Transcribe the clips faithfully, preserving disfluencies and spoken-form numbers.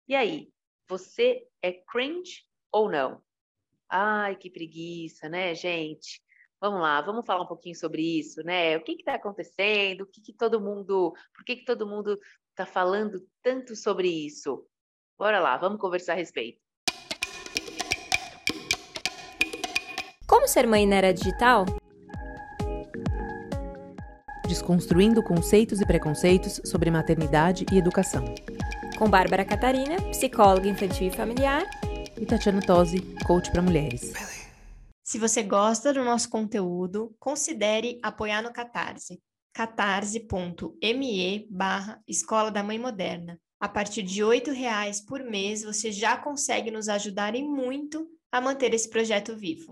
E aí, você é cringe ou não? Ai, que preguiça, né, gente? Vamos lá, vamos falar um pouquinho sobre isso, né? O que está acontecendo? O que, que todo mundo, por que, que todo mundo está falando tanto sobre isso? Bora lá, vamos conversar a respeito. Como ser mãe na era digital? Desconstruindo conceitos e preconceitos sobre maternidade e educação. Com Bárbara Catarina, psicóloga infantil e familiar. E Tatiana Tosi, coach para mulheres. Se você gosta do nosso conteúdo, considere apoiar no Catarse. catarse.me barra Escola da Mãe Moderna. A partir de oito reais por mês, você já consegue nos ajudar e muito a manter esse projeto vivo.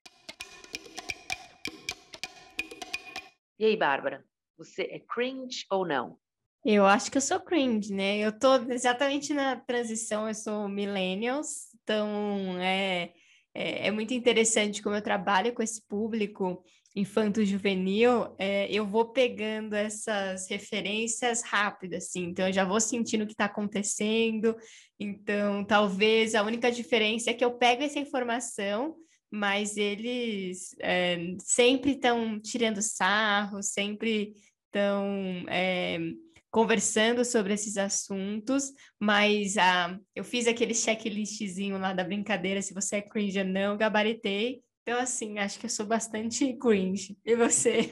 E aí, Bárbara, você é cringe ou não? Eu acho que eu sou cringe, né? Eu tô exatamente na transição, eu sou millennials, então é, é, é muito interessante como eu trabalho com esse público infanto-juvenil, é, eu vou pegando essas referências rápidas, assim, então eu já vou sentindo o que está acontecendo, então talvez a única diferença é que eu pego essa informação, mas eles é, sempre estão tirando sarro, sempre estão... É, conversando sobre esses assuntos, mas ah, eu fiz aquele checklistzinho lá da brincadeira, se você é cringe ou não, gabaritei. Então, assim, acho que eu sou bastante cringe. E você?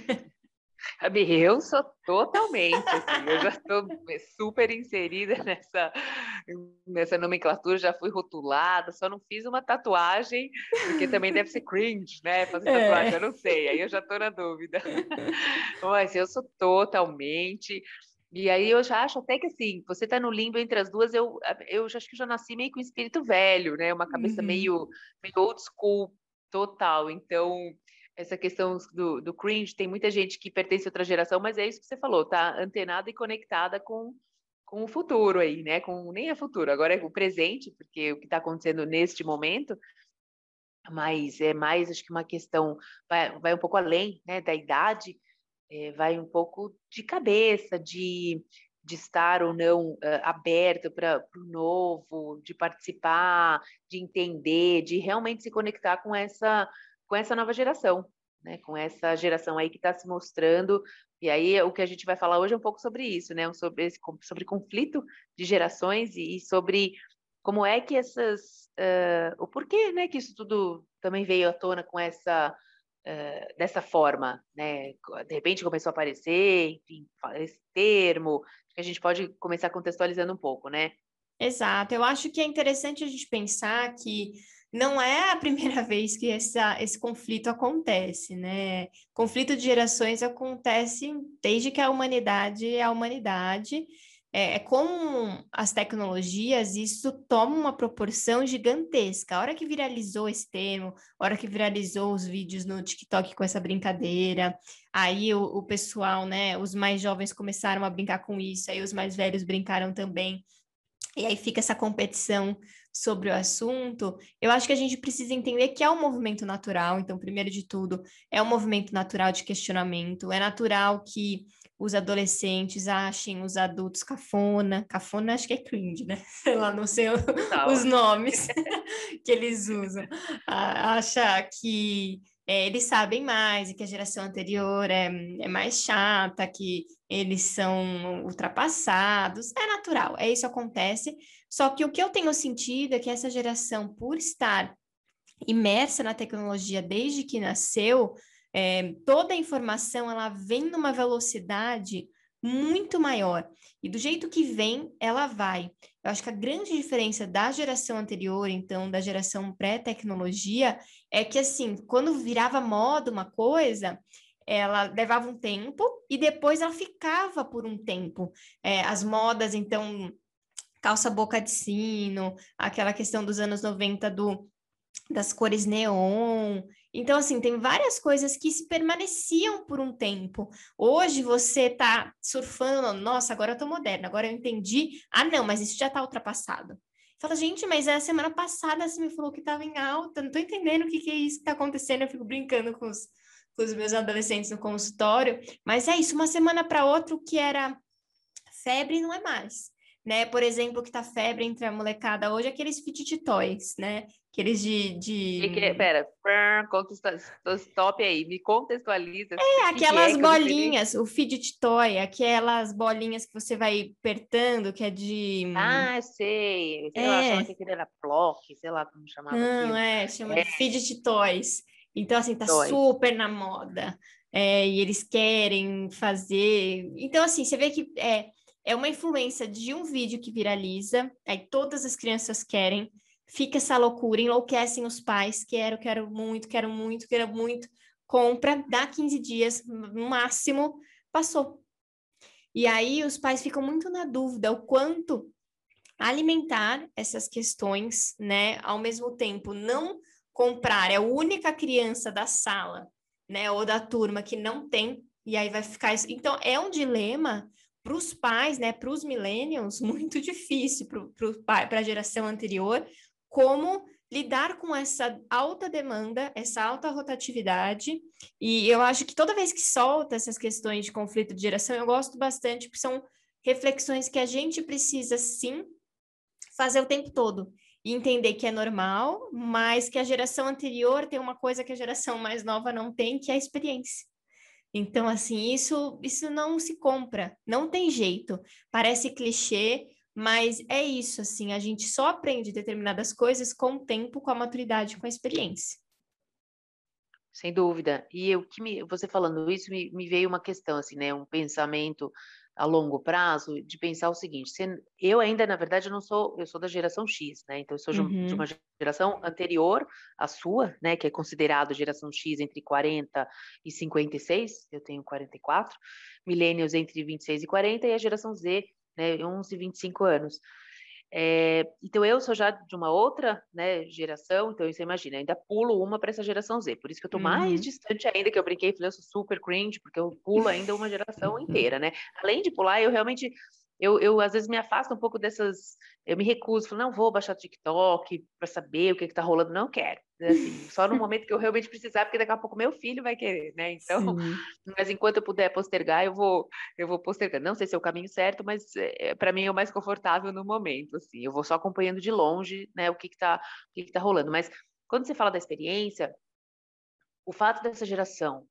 Eu sou totalmente, assim, eu já estou super inserida nessa, nessa nomenclatura, já fui rotulada, só não fiz uma tatuagem, porque também deve ser cringe, né, fazer tatuagem, é. Eu não sei, aí eu já estou na dúvida. Mas eu sou totalmente... E aí eu já acho até que assim, você tá no limbo entre as duas, eu, eu já acho que eu já nasci meio com espírito velho, né? Uma cabeça uhum. meio, meio old school, total. Então, essa questão do, do cringe, tem muita gente que pertence a outra geração, mas é isso que você falou, tá antenada e conectada com, com o futuro aí, né? Com, nem é futuro, agora é o presente, porque o que está acontecendo neste momento, mas é mais, acho que uma questão, vai, vai um pouco além, né, da idade, É, vai um pouco de cabeça, de, de estar ou não uh, aberto para o novo, de participar, de entender, de realmente se conectar com essa, com essa nova geração, né? Com essa geração aí que está se mostrando. E aí o que a gente vai falar hoje é um pouco sobre isso, né? Sobre, esse, sobre conflito de gerações e, e sobre como é que essas... Uh, o porquê, né, que isso tudo também veio à tona com essa... Uh, dessa forma, né? De repente começou a aparecer, enfim, esse termo, que a gente pode começar contextualizando um pouco, né? Exato, eu acho que é interessante a gente pensar que não é a primeira vez que essa, esse conflito acontece, né? Conflito de gerações acontece desde que a humanidade é a humanidade. É, é com as tecnologias, isso toma uma proporção gigantesca. A hora que viralizou esse termo, a hora que viralizou os vídeos no TikTok com essa brincadeira, aí o, o pessoal, né, os mais jovens começaram a brincar com isso, aí os mais velhos brincaram também. E aí fica essa competição sobre o assunto. Eu acho que a gente precisa entender que é um movimento natural. Então, primeiro de tudo, é um movimento natural de questionamento. É natural que os adolescentes achem os adultos cafona. Cafona acho que é cringe, né? Sei lá, não sei os nomes que eles usam. Acha que é, eles sabem mais e que a geração anterior é, é mais chata, que eles são ultrapassados. É natural, é isso que acontece. Só que o que eu tenho sentido é que essa geração, por estar imersa na tecnologia desde que nasceu, é, toda a informação ela vem numa velocidade muito maior. E do jeito que vem, ela vai. Eu acho que a grande diferença da geração anterior, então, da geração pré-tecnologia, é que, assim, quando virava moda uma coisa, ela levava um tempo e depois ela ficava por um tempo. É, as modas, então, calça boca de sino, aquela questão dos anos noventa do das cores neon. Então, assim, tem várias coisas que se permaneciam por um tempo. Hoje você tá surfando, nossa, agora eu tô moderna, agora eu entendi. Ah, não, mas isso já tá ultrapassado. Fala, gente, mas a semana passada você me falou que tava em alta, não tô entendendo o que, que é isso que tá acontecendo. Eu fico brincando com os, com os meus adolescentes no consultório, mas é isso, uma semana para outra o que era febre não é mais. né? Por exemplo, que tá febre entre a molecada hoje, aqueles fidget toys, né? Aqueles de... Que que é? de... Pera, prrr, contexta- stop aí, me contextualiza É, o que que é aquelas que eu não sei nem. bolinhas, o fidget toy, aquelas bolinhas que você vai apertando, que é de... Ah, sei, sei lá, achava que É, aquele era Plock, sei lá como chamava não, aquilo. é, chama É, de fidget toys. Então, assim, tá toys. super na moda. É, e eles querem fazer. Então, assim, você vê que é, é uma influência de um vídeo que viraliza, aí todas as crianças querem, fica essa loucura, enlouquecem os pais, quero, quero muito, quero muito, quero muito, compra, dá quinze dias, no máximo, passou. E aí os pais ficam muito na dúvida o quanto alimentar essas questões, né? Ao mesmo tempo, não comprar, é a única criança da sala, né? Ou da turma que não tem, e aí vai ficar isso. Então, é um dilema para os pais, né? Para os millennials, muito difícil para a geração anterior, como lidar com essa alta demanda, essa alta rotatividade, e eu acho que toda vez que solta essas questões de conflito de geração, eu gosto bastante, porque são reflexões que a gente precisa sim fazer o tempo todo e entender que é normal, mas que a geração anterior tem uma coisa que a geração mais nova não tem, que é a experiência. Então, assim, isso, isso não se compra, não tem jeito. Parece clichê, mas é isso, assim, a gente só aprende determinadas coisas com o tempo, com a maturidade, com a experiência. Sem dúvida. E o que me, você falando isso me, me veio uma questão, assim, né? Um pensamento a longo prazo de pensar o seguinte: se, eu ainda, na verdade, não sou, eu sou da geração X, né? Então, eu sou de um- de uma Uhum, geração anterior à sua, né? Que é considerado geração X entre quarenta e cinquenta e seis, eu tenho quarenta e quatro, millennials entre vinte e seis e quarenta, e a geração Z, né? onze e vinte e cinco anos. É, então eu sou já de uma outra, né, geração, então você imagina, ainda pulo uma para essa geração Z, por isso que eu tô mais uhum. distante ainda, que eu brinquei e falei, eu sou super cringe, porque eu pulo ainda uma geração inteira, né? Além de pular, eu realmente, eu, eu às vezes me afasto um pouco dessas, eu me recuso, falo, não vou baixar TikTok para saber o que que tá rolando, não quero, assim, só no momento que eu realmente precisar, porque daqui a pouco meu filho vai querer, né? Então, Sim. mas enquanto eu puder postergar, eu vou eu vou postergando. Não sei se é o caminho certo, mas é, para mim é o mais confortável no momento, assim. Eu vou só acompanhando de longe, né, o que que tá, o que que tá rolando. Mas quando você fala da experiência, o fato dessa geração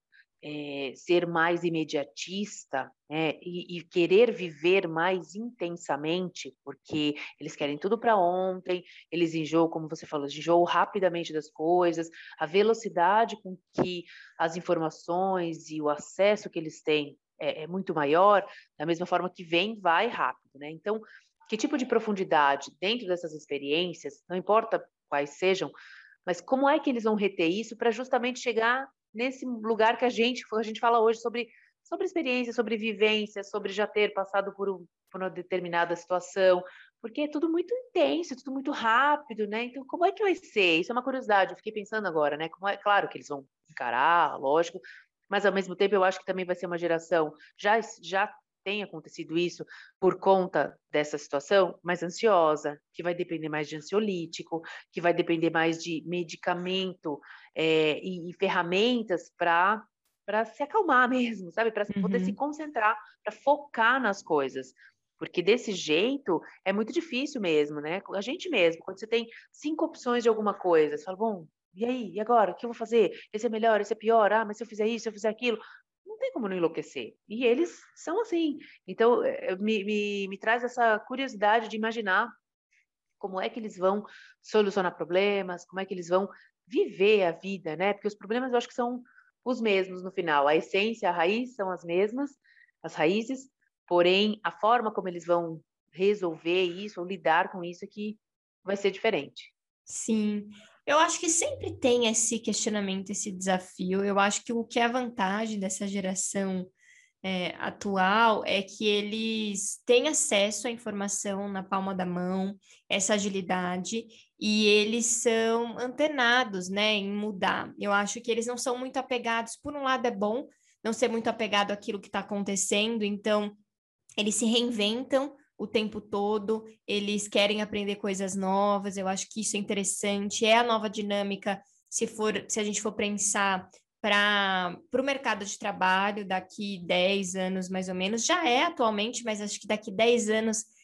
é, ser mais imediatista, né, e, e querer viver mais intensamente, porque eles querem tudo para ontem, eles enjoam, como você falou, enjoam rapidamente das coisas, a velocidade com que as informações e o acesso que eles têm é, é muito maior, da mesma forma que vem, vai rápido, né? Então, que tipo de profundidade dentro dessas experiências, não importa quais sejam, mas como é que eles vão reter isso para justamente chegar nesse lugar que a gente, a gente fala hoje sobre, sobre experiência, sobre vivência, sobre já ter passado por, um, por uma determinada situação, porque é tudo muito intenso, tudo muito rápido, né? Então, como é que vai ser? Isso é uma curiosidade, eu fiquei pensando agora, né? Como é, claro que eles vão encarar, lógico, mas ao mesmo tempo eu acho que também vai ser uma geração, já, já tem acontecido isso por conta dessa situação, mais ansiosa, que vai depender mais de ansiolítico, que vai depender mais de medicamento é, e, e ferramentas para para se acalmar mesmo, sabe? Para poder se Uhum. concentrar, para focar nas coisas. Porque desse jeito é muito difícil mesmo, né? A gente mesmo, quando você tem cinco opções de alguma coisa, você fala, bom, e aí? E agora? O que eu vou fazer? Esse é melhor, esse é pior. Ah, mas se eu fizer isso, se eu fizer aquilo, não tem como não enlouquecer. E eles são assim. Então, eh, me, me, me traz essa curiosidade de imaginar como é que eles vão solucionar problemas, como é que eles vão viver a vida, né? Porque os problemas eu acho que são os mesmos no final. A essência, a raiz são as mesmas, as raízes, porém, a forma como eles vão resolver isso ou lidar com isso é que vai ser diferente. Sim, eu acho que sempre tem esse questionamento, esse desafio. Eu acho que o que é a vantagem dessa geração é, atual é que eles têm acesso à informação na palma da mão, essa agilidade, e eles são antenados, né, em mudar. Eu acho que eles não são muito apegados, por um lado é bom não ser muito apegado àquilo que está acontecendo, então eles se reinventam o tempo todo, eles querem aprender coisas novas, eu acho que isso é interessante, é a nova dinâmica, se for, se a gente for pensar para o mercado de trabalho daqui dez anos mais ou menos, já é atualmente, mas acho que daqui dez anos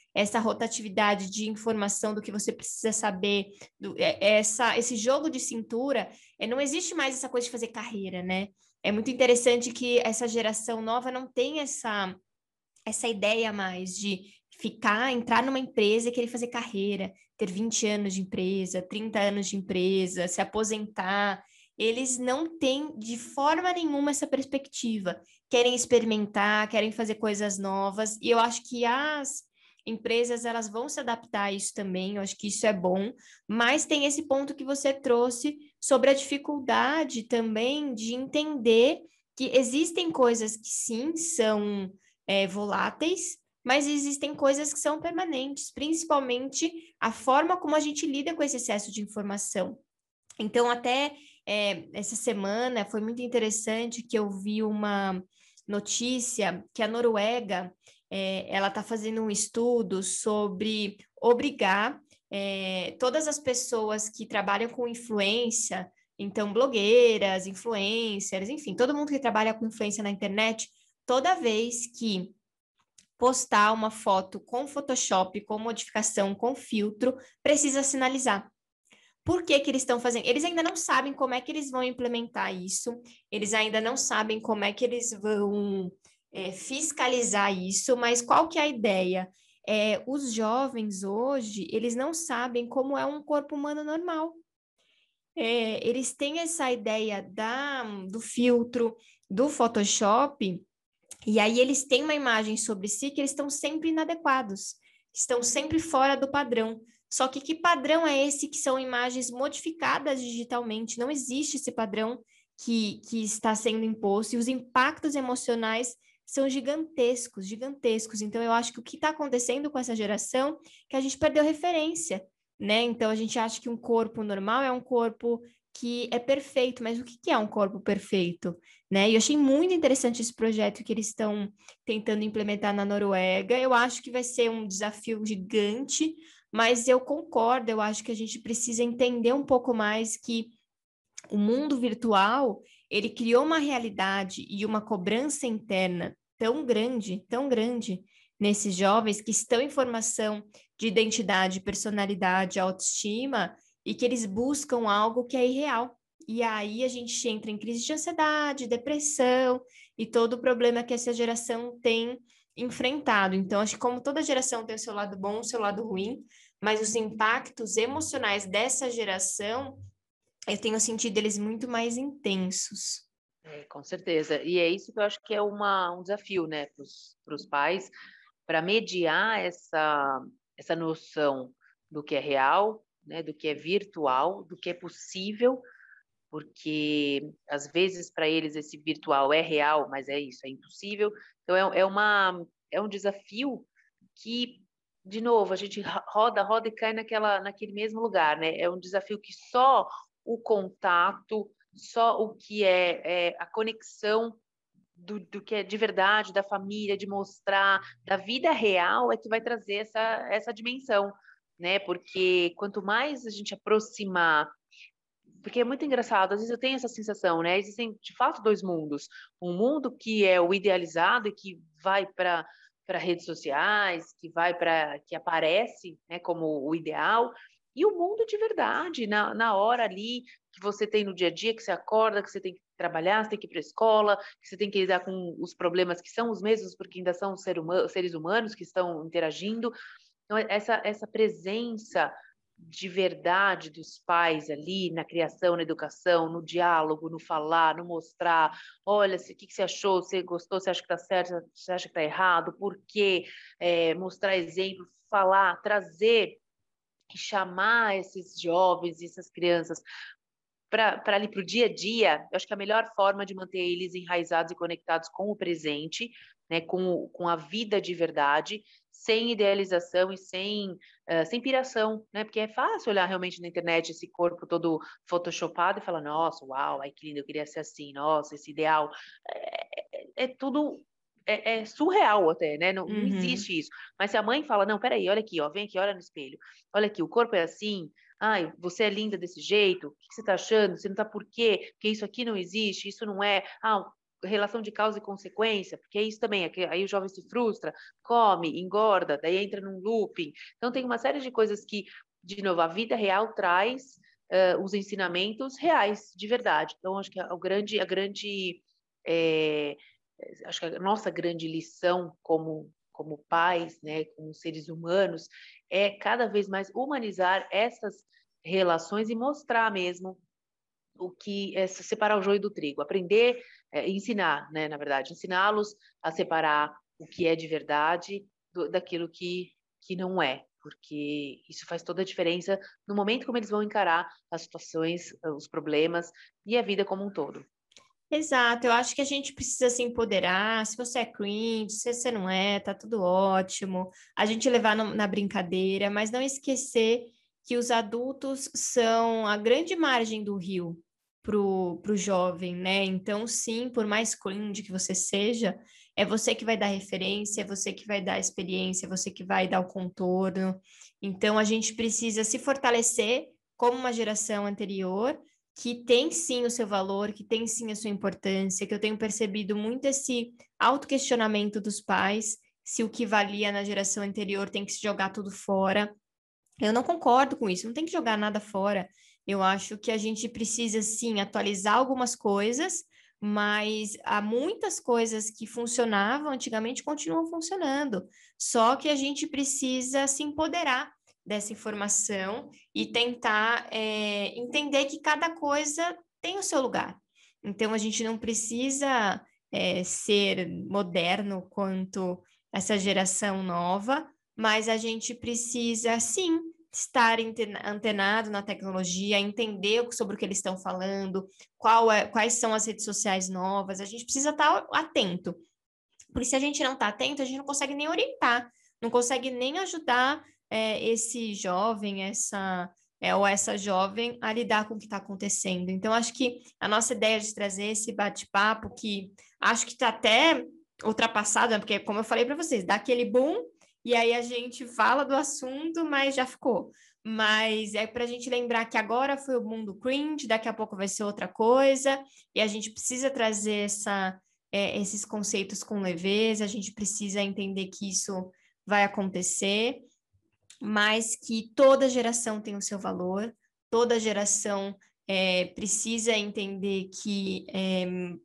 essa rotatividade de informação do que você precisa saber, do, é, essa, esse jogo de cintura, é, não existe mais essa coisa de fazer carreira, né? É muito interessante que essa geração nova não tem essa, essa ideia mais de ficar, entrar numa empresa e querer fazer carreira, ter vinte anos de empresa, trinta anos de empresa, se aposentar. Eles não têm de forma nenhuma essa perspectiva. Querem experimentar, querem fazer coisas novas, e eu acho que as empresas elas vão se adaptar a isso também, eu acho que isso é bom, mas tem esse ponto que você trouxe sobre a dificuldade também de entender que existem coisas que sim são é, voláteis, mas existem coisas que são permanentes, principalmente a forma como a gente lida com esse excesso de informação. Então, até é, essa semana foi muito interessante que eu vi uma notícia que a Noruega é, ela está fazendo um estudo sobre obrigar é, todas as pessoas que trabalham com influência, então blogueiras, influencers, enfim, todo mundo que trabalha com influência na internet, toda vez que postar uma foto com Photoshop, com modificação, com filtro, precisa sinalizar. Por que que eles estão fazendo? Eles ainda não sabem como é que eles vão implementar isso, eles ainda não sabem como é que eles vão é, fiscalizar isso, mas qual que é a ideia? É, os jovens hoje, eles não sabem como é um corpo humano normal. É, eles têm essa ideia da, do filtro, do Photoshop, e aí eles têm uma imagem sobre si que eles estão sempre inadequados, estão sempre fora do padrão. Só que que padrão é esse que são imagens modificadas digitalmente? Não existe esse padrão que, que está sendo imposto, e os impactos emocionais são gigantescos, gigantescos. Então, eu acho que o que está acontecendo com essa geração é que a gente perdeu referência, né? Então, a gente acha que um corpo normal é um corpo que é perfeito, mas o que é um corpo perfeito? Né? E eu achei muito interessante esse projeto que eles estão tentando implementar na Noruega. Eu acho que vai ser um desafio gigante, mas eu concordo, eu acho que a gente precisa entender um pouco mais que o mundo virtual, ele criou uma realidade e uma cobrança interna tão grande, tão grande nesses jovens que estão em formação de identidade, personalidade, autoestima, e que eles buscam algo que é irreal. E aí a gente entra em crise de ansiedade, depressão e todo o problema que essa geração tem enfrentado. Então, acho que como toda geração tem o seu lado bom, o seu lado ruim, mas os impactos emocionais dessa geração, eu tenho sentido eles muito mais intensos. É, com certeza. E é isso que eu acho que é uma, um desafio, né, para os pais, para mediar essa, essa noção do que é real, né, do que é virtual, do que é possível, porque às vezes para eles esse virtual é real, mas é isso, é impossível. Então é, é, uma, é um desafio que, de novo, a gente roda, roda e cai naquela, naquele mesmo lugar, né? É um desafio que só o contato, só o que é, é a conexão do, do que é de verdade, da família, de mostrar, da vida real, é que vai trazer essa, essa dimensão, né? Porque quanto mais a gente aproximar, porque é muito engraçado, às vezes eu tenho essa sensação, né? Existem, de fato, dois mundos. Um mundo que é o idealizado e que vai para para redes sociais, que vai para que aparece, né, como o ideal, e o mundo de verdade, na, na hora ali que você tem no dia a dia, que você acorda, que você tem que trabalhar, você tem que ir para a escola, que você tem que lidar com os problemas que são os mesmos, porque ainda são ser humano, seres humanos que estão interagindo. Então, essa, essa presença de verdade dos pais ali na criação, na educação, no diálogo, no falar, no mostrar, olha, o que, que você achou, você gostou, você acha que está certo, você acha que está errado, por quê, é, mostrar exemplo, falar, trazer e chamar esses jovens e essas crianças para ali para o dia a dia. Eu acho que a melhor forma de manter eles enraizados e conectados com o presente, né, com, com a vida de verdade, sem idealização e sem, uh, sem piração, né? Porque é fácil olhar realmente na internet esse corpo todo photoshopado e falar, nossa, uau, ai que lindo, eu queria ser assim, nossa, esse ideal. É, é, é tudo... É, é surreal até, né? Não, não Uhum. existe isso. Mas se a mãe fala, não, peraí, olha aqui, ó, vem aqui, olha no espelho. Olha aqui, o corpo é assim, ai, você é linda desse jeito, o que você está achando? Você não está por quê? Porque isso aqui não existe, isso não é... Ah, relação de causa e consequência, porque é isso também, é que aí o jovem se frustra, come, engorda, daí entra num looping. Então tem uma série de coisas que, de novo, a vida real traz uh, os ensinamentos reais, de verdade. Então acho que a, a grande, a grande é, acho que a nossa grande lição como como pais, né, como seres humanos, é cada vez mais humanizar essas relações e mostrar mesmo o que é separar o joio do trigo, aprender, é, ensinar, né, na verdade, ensiná-los a separar o que é de verdade do, daquilo que, que não é, porque isso faz toda a diferença no momento como eles vão encarar as situações, os problemas e a vida como um todo. Exato, eu acho que a gente precisa se empoderar. Se você é cringe, se você não é, tá tudo ótimo. A gente levar no, na brincadeira, mas não esquecer que os adultos são a grande margem do rio pro, pro jovem, né? Então, sim, por mais cringe que você seja, é você que vai dar referência, é você que vai dar a experiência, é você que vai dar o contorno. Então, a gente precisa se fortalecer como uma geração anterior que tem sim o seu valor, que tem sim a sua importância, que eu tenho percebido muito esse autoquestionamento dos pais, se o que valia na geração anterior tem que se jogar tudo fora. Eu não concordo com isso, não tem que jogar nada fora. Eu acho que a gente precisa sim atualizar algumas coisas, mas há muitas coisas que funcionavam antigamente continuam funcionando. Só que a gente precisa se empoderar dessa informação e tentar é, entender que cada coisa tem o seu lugar. Então, a gente não precisa é, ser moderno quanto essa geração nova, mas a gente precisa, sim, estar antenado na tecnologia, entender sobre o que eles estão falando, qual é, quais são as redes sociais novas, a gente precisa estar atento. Porque se a gente não está atento, a gente não consegue nem orientar, não consegue nem ajudar é, esse jovem, essa é, ou essa jovem a lidar com o que está acontecendo. Então, acho que a nossa ideia de trazer esse bate-papo, que acho que está até ultrapassado, né? Porque, como eu falei para vocês, dá aquele boom, e aí a gente fala do assunto, mas já ficou. Mas é para a gente lembrar que agora foi o mundo cringe, daqui a pouco vai ser outra coisa, e a gente precisa trazer essa é, esses conceitos com leveza, a gente precisa entender que isso vai acontecer, mas que toda geração tem o seu valor, toda geração é, precisa entender que é,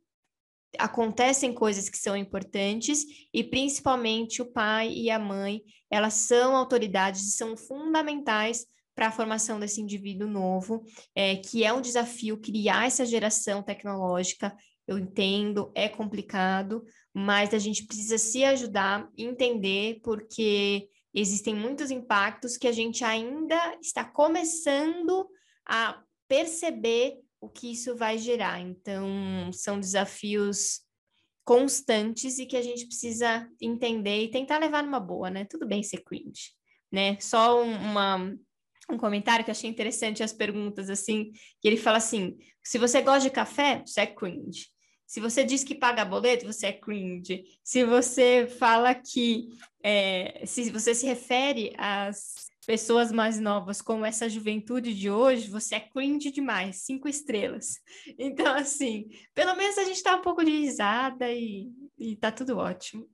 acontecem coisas que são importantes e principalmente o pai e a mãe, elas são autoridades e são fundamentais para a formação desse indivíduo novo, é, que é um desafio criar essa geração tecnológica. Eu entendo, é complicado, mas a gente precisa se ajudar, entender, porque existem muitos impactos que a gente ainda está começando a perceber o que isso vai gerar. Então, são desafios constantes e que a gente precisa entender e tentar levar numa boa, né? Tudo bem ser cringe, né? Só um, uma, um comentário que eu achei interessante, as perguntas, assim, que ele fala assim, se você gosta de café, você é cringe. Se você diz que paga boleto, você é cringe. Se você fala que... É, se você se refere às pessoas mais novas como essa juventude de hoje, você é cringe demais, cinco estrelas. Então, assim, pelo menos a gente tá um pouco de risada e, e tá tudo ótimo.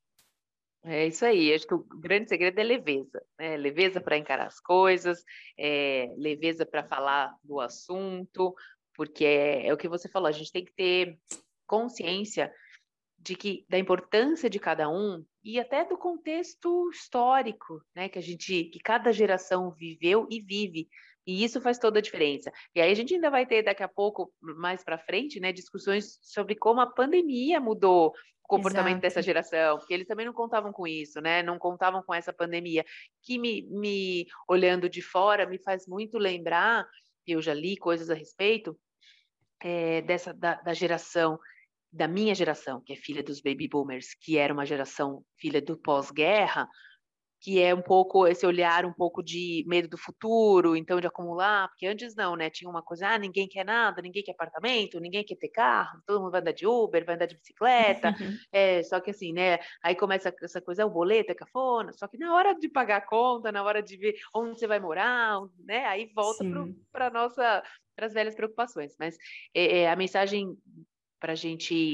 É isso aí, acho que o grande segredo é leveza, né? Leveza para encarar as coisas, é, leveza para falar do assunto, porque é, é o que você falou, a gente tem que ter consciência de que da importância de cada um e até do contexto histórico, né, que a gente, que cada geração viveu e vive, e isso faz toda a diferença. E aí a gente ainda vai ter daqui a pouco, mais para frente, né, discussões sobre como a pandemia mudou o comportamento Exato. dessa geração, porque eles também não contavam com isso, né, não contavam com essa pandemia, que me, me olhando de fora me faz muito lembrar, eu já li coisas a respeito, é, dessa da, da geração da minha geração, que é filha dos baby boomers, que era uma geração filha do pós-guerra, que é um pouco esse olhar um pouco de medo do futuro, então de acumular, porque antes não, né? Tinha uma coisa, ah, ninguém quer nada, ninguém quer apartamento, ninguém quer ter carro, todo mundo vai andar de Uber, vai andar de bicicleta, é, só que assim, né? Aí começa essa coisa, o boleto é cafona, só que na hora de pagar a conta, na hora de ver onde você vai morar, né? Aí volta para nossa, para as velhas preocupações. Mas é, é, a mensagem para a gente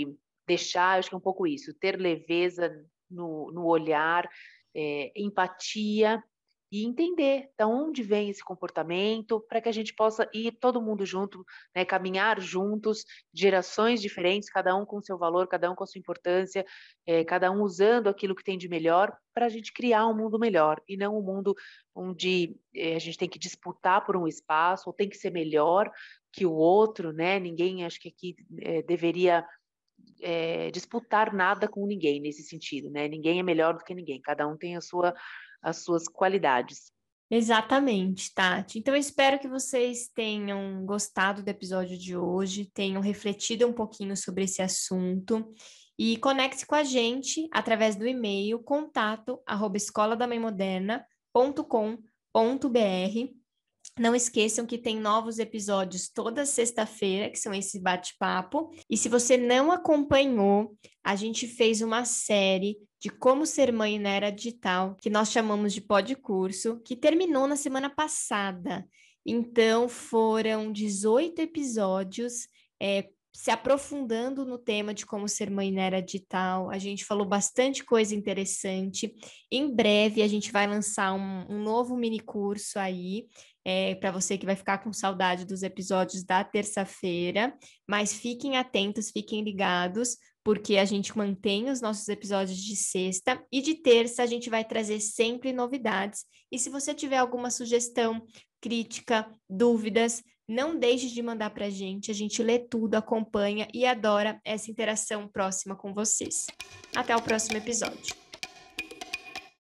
deixar, acho que é um pouco isso, ter leveza no, no olhar, é, empatia, e entender de onde vem esse comportamento, para que a gente possa ir todo mundo junto, né, caminhar juntos, gerações diferentes, cada um com seu valor, cada um com sua importância, é, cada um usando aquilo que tem de melhor, para a gente criar um mundo melhor, e não um mundo onde é, a gente tem que disputar por um espaço, ou tem que ser melhor que o outro, né? Ninguém, acho que aqui é, deveria é, disputar nada com ninguém nesse sentido, né? Ninguém é melhor do que ninguém, cada um tem a sua as suas qualidades. Exatamente, Tati. Então, eu espero que vocês tenham gostado do episódio de hoje, tenham refletido um pouquinho sobre esse assunto e conecte-se com a gente através do e-mail contato arroba escola da mãe moderna ponto com ponto br. Não esqueçam que tem novos episódios toda sexta-feira, que são esse bate-papo. E se você não acompanhou, a gente fez uma série de como ser mãe na era digital, que nós chamamos de Podcurso, que terminou na semana passada. Então, foram dezoito episódios, é, se aprofundando no tema de como ser mãe na era digital. A gente falou bastante coisa interessante. Em breve, a gente vai lançar um, um novo mini curso aí, É, para você que vai ficar com saudade dos episódios da terça-feira, mas fiquem atentos, fiquem ligados, porque a gente mantém os nossos episódios de sexta e de terça a gente vai trazer sempre novidades. E se você tiver alguma sugestão, crítica, dúvidas, não deixe de mandar para a gente, a gente lê tudo, acompanha e adora essa interação próxima com vocês. Até o próximo episódio.